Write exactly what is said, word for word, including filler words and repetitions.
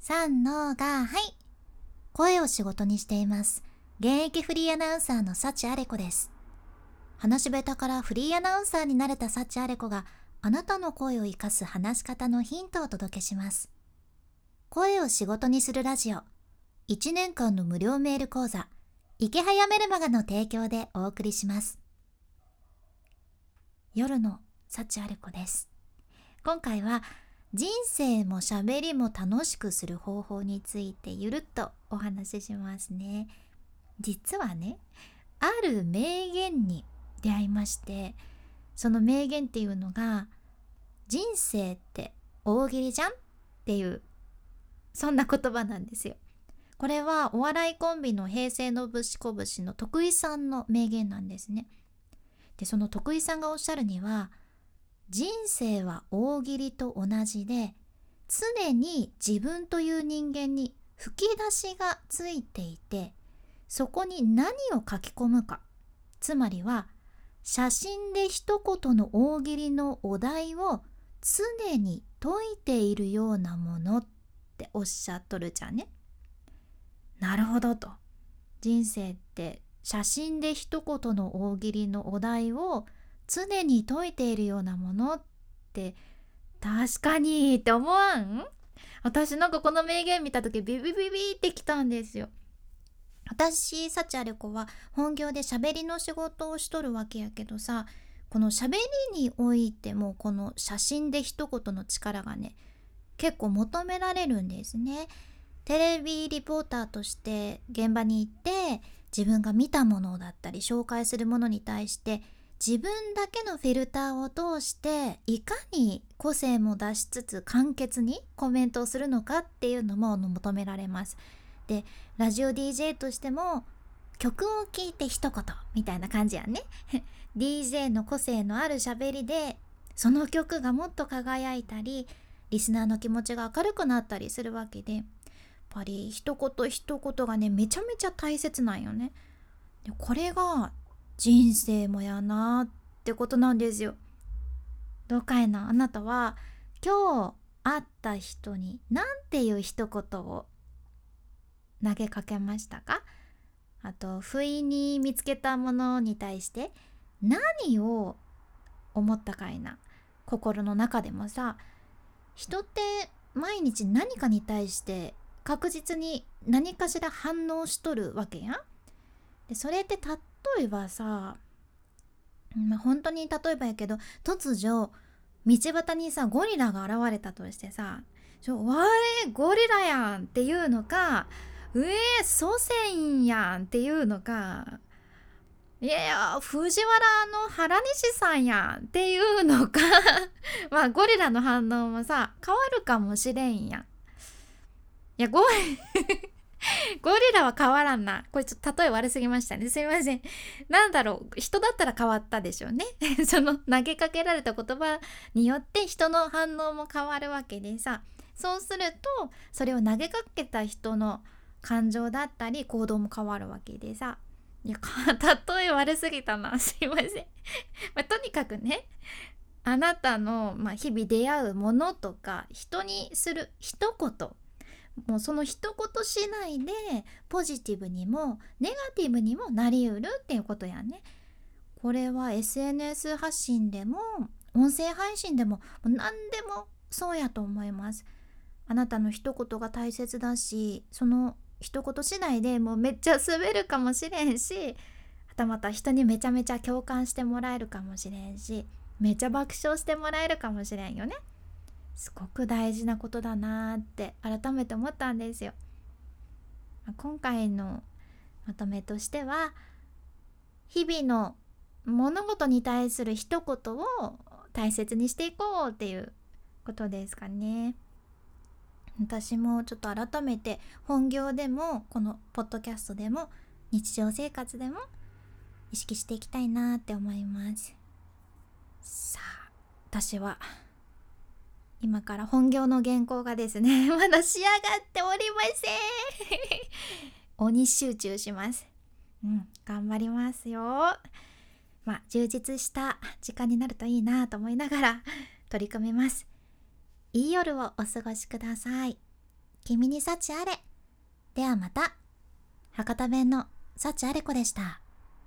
さんのが、はい。声を仕事にしています。現役フリーアナウンサーの幸あれ子です。話し下手からフリーアナウンサーになれた幸あれ子が、あなたの声を生かす話し方のヒントをお届けします。声を仕事にするラジオ。いちねんかんの無料メール講座、池早メルマガの提供でお送りします。夜の幸あれ子です。今回は、人生も喋りも楽しくする方法についてゆるっとお話ししますね。実はね、ある名言に出会いまして、その名言っていうのが、人生って大喜利じゃんっていう、そんな言葉なんですよ。これはお笑いコンビの平成のぶしこぶしの徳井さんの名言なんですね。で、その徳井さんがおっしゃるには、人生は大喜利と同じで、常に自分という人間に吹き出しがついていて、そこに何を書き込むか、つまりは写真で一言の大喜利のお題を常に解いているようなものっておっしゃっとるじゃんね。なるほどと。人生って写真で一言の大喜利のお題を常に解いているようなものって確かにって思わん？私なんかこの名言見た時ビビビビってきたんですよ。私幸あれ子は本業で喋りの仕事をしとるわけやけどさ、この喋りにおいてもこの写真で一言の力がね、結構求められるんですね。テレビリポーターとして現場に行って自分が見たものだったり紹介するものに対して自分だけのフィルターを通していかに個性も出しつつ簡潔にコメントをするのかっていうのも求められます。で、ラジオ ディージェー としても曲を聴いて一言みたいな感じやんねディージェー の個性のある喋りでその曲がもっと輝いたりリスナーの気持ちが明るくなったりするわけで、やっぱり一言一言がねめちゃめちゃ大切なんよね。でこれが人生もやなってことなんですよ。どうかいな、あなたは今日会った人に何ていう一言を投げかけましたか？あと不意に見つけたものに対して何を思ったかいな。心の中でもさ、人って毎日何かに対して確実に何かしら反応しとるわけやん。でそれって例えばさ、まあ、本当に例えばやけど突如道端にさゴリラが現れたとしてさ、ちょわーゴリラやんっていうのか、うえー祖先やんっていうのか、いやいや藤原の原西さんやんっていうのかまあゴリラの反応もさ変わるかもしれんやん。いやゴゴリラは変わらんな。これちょっと例え悪すぎましたね。すいません。なんだろう、人だったら変わったでしょうねその投げかけられた言葉によって人の反応も変わるわけでさ、そうするとそれを投げかけた人の感情だったり行動も変わるわけでさ、いや例え悪すぎたな、すいませんまあ、とにかくね、あなたの、まあ、日々出会うものとか人にする一言、もうその一言次第でポジティブにもネガティブにもなりうるっていうことやね。これは エスエヌエス 発信でも音声配信でも何でもそうやと思います。あなたの一言が大切だし、その一言次第でもうめっちゃ滑るかもしれんし、はたまた人にめちゃめちゃ共感してもらえるかもしれんし、めっちゃ爆笑してもらえるかもしれんよね。すごく大事なことだなって改めて思ったんですよ。今回のまとめとしては、日々の物事に対する一言を大切にしていこうっていうことですかね。私もちょっと改めて本業でもこのポッドキャストでも日常生活でも意識していきたいなって思います。さあ、私は今から本業の原稿がですねまだ仕上がっておりません鬼集中します。うん、頑張りますよ。まあ充実した時間になるといいなと思いながら取り組みます。いい夜をお過ごしください。 君に幸あれ。ではまた。博多弁の幸あれ子でした。